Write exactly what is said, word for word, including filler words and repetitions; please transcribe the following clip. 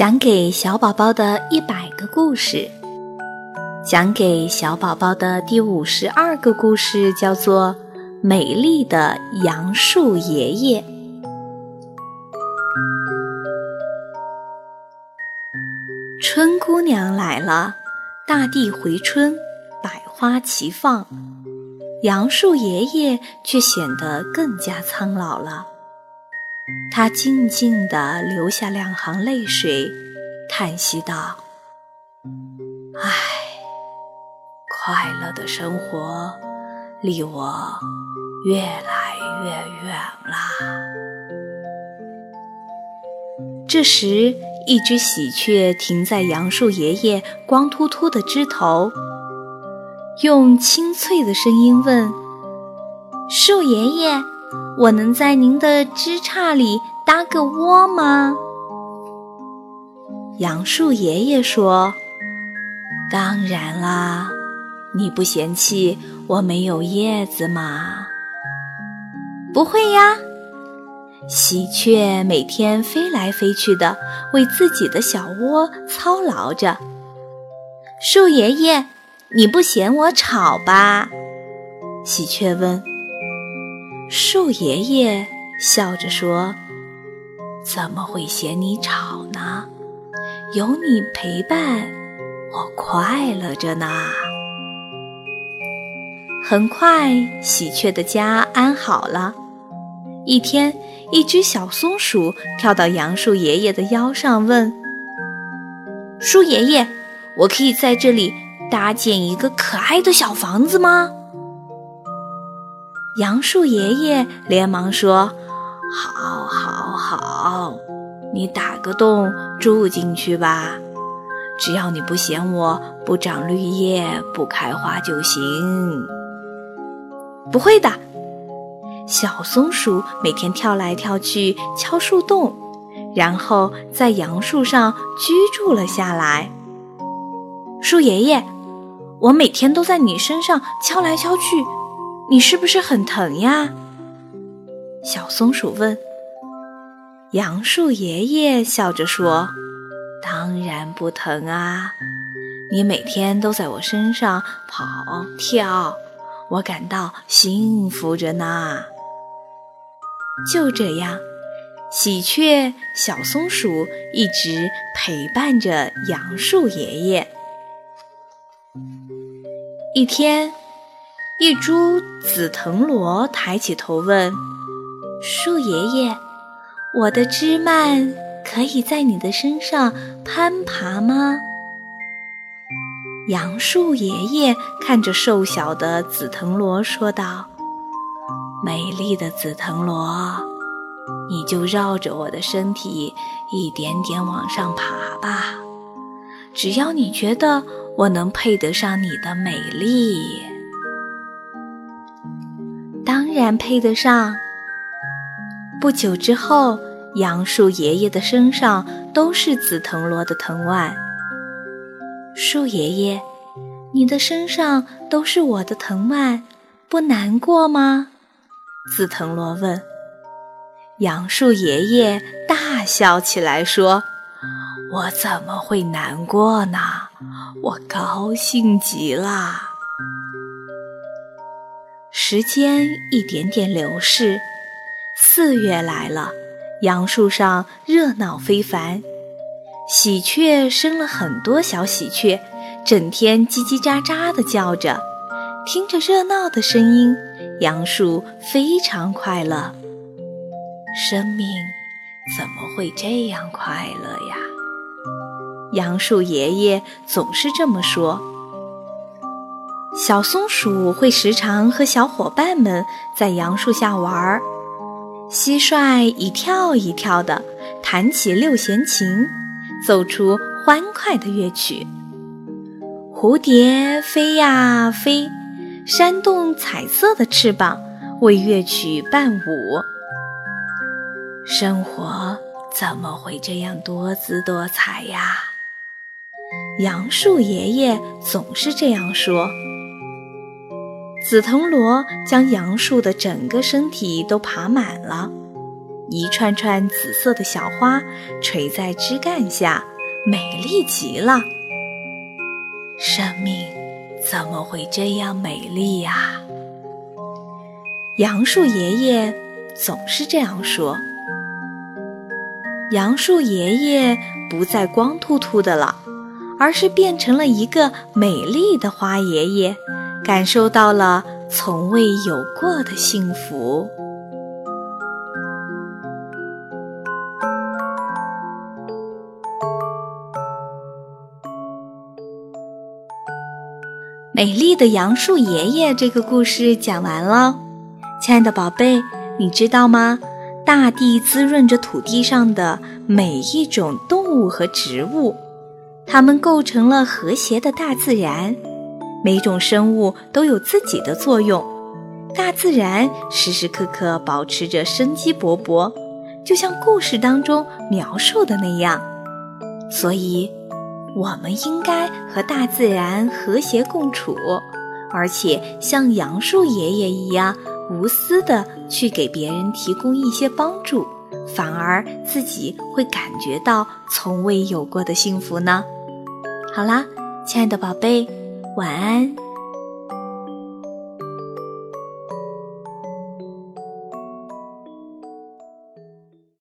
讲给小宝宝的一百个故事，讲给小宝宝的第五十二个故事叫做《美丽的杨树爷爷》。春姑娘来了，大地回春，百花齐放，杨树爷爷却显得更加苍老了。他静静地流下两行泪水，叹息道：唉，快乐的生活离我越来越远啦。这时，一只喜鹊停在杨树爷爷光秃秃的枝头，用清脆的声音问：树爷爷，我能在您的枝杈里搭个窝吗？杨树爷爷说：当然啦，你不嫌弃我没有叶子吗？不会呀。喜鹊每天飞来飞去的，为自己的小窝操劳着。树爷爷，你不嫌我吵吧？喜鹊问。树爷爷笑着说：怎么会嫌你吵呢？有你陪伴，我快乐着呢。很快，喜鹊的家安好了。一天，一只小松鼠跳到杨树爷爷的腰上问：树爷爷，我可以在这里搭建一个可爱的小房子吗？杨树爷爷连忙说：好好好，你打个洞住进去吧，只要你不嫌我不长绿叶不开花就行。不会的。小松鼠每天跳来跳去敲树洞，然后在杨树上居住了下来。树爷爷，我每天都在你身上敲来敲去，你是不是很疼呀？小松鼠问。杨树爷爷笑着说：当然不疼啊，你每天都在我身上跑跳，我感到幸福着呢。就这样，喜鹊、小松鼠一直陪伴着杨树爷爷。一天，一株紫藤萝抬起头问：树爷爷，我的枝蔓可以在你的身上攀爬吗？杨树爷爷看着瘦小的紫藤萝说道：美丽的紫藤萝，你就绕着我的身体一点点往上爬吧，只要你觉得我能配得上你的美丽。当然配得上。不久之后，杨树爷爷的身上都是紫藤萝的藤蔓。树爷爷，你的身上都是我的藤蔓，不难过吗？紫藤萝问。杨树爷爷大笑起来说：我怎么会难过呢？我高兴极了。时间一点点流逝，四月来了，杨树上热闹非凡。喜鹊生了很多小喜鹊，整天叽叽喳喳地叫着，听着热闹的声音，杨树非常快乐。生命怎么会这样快乐呀？杨树爷爷总是这么说。小松鼠会时常和小伙伴们在杨树下玩，蟋蟀一跳一跳的弹起六弦琴，奏出欢快的乐曲。蝴蝶飞呀飞，扇动彩色的翅膀，为乐曲伴舞。生活怎么会这样多姿多彩呀？杨树爷爷总是这样说。紫藤萝将杨树的整个身体都爬满了，一串串紫色的小花垂在枝干下， 美丽极了。生命怎么会这样美丽呀？杨树爷爷总是这样说。杨树爷爷不再光秃秃的了，而是变成了一个美丽的花爷爷，感受到了从未有过的幸福。美丽的杨树爷爷这个故事讲完了。亲爱的宝贝，你知道吗？大地滋润着土地上的每一种动物和植物，它们构成了和谐的大自然。每种生物都有自己的作用，大自然时时刻刻保持着生机勃勃，就像故事当中描述的那样。所以我们应该和大自然和谐共处，而且像杨树爷爷一样无私地去给别人提供一些帮助，反而自己会感觉到从未有过的幸福呢。好啦，亲爱的宝贝，晚安。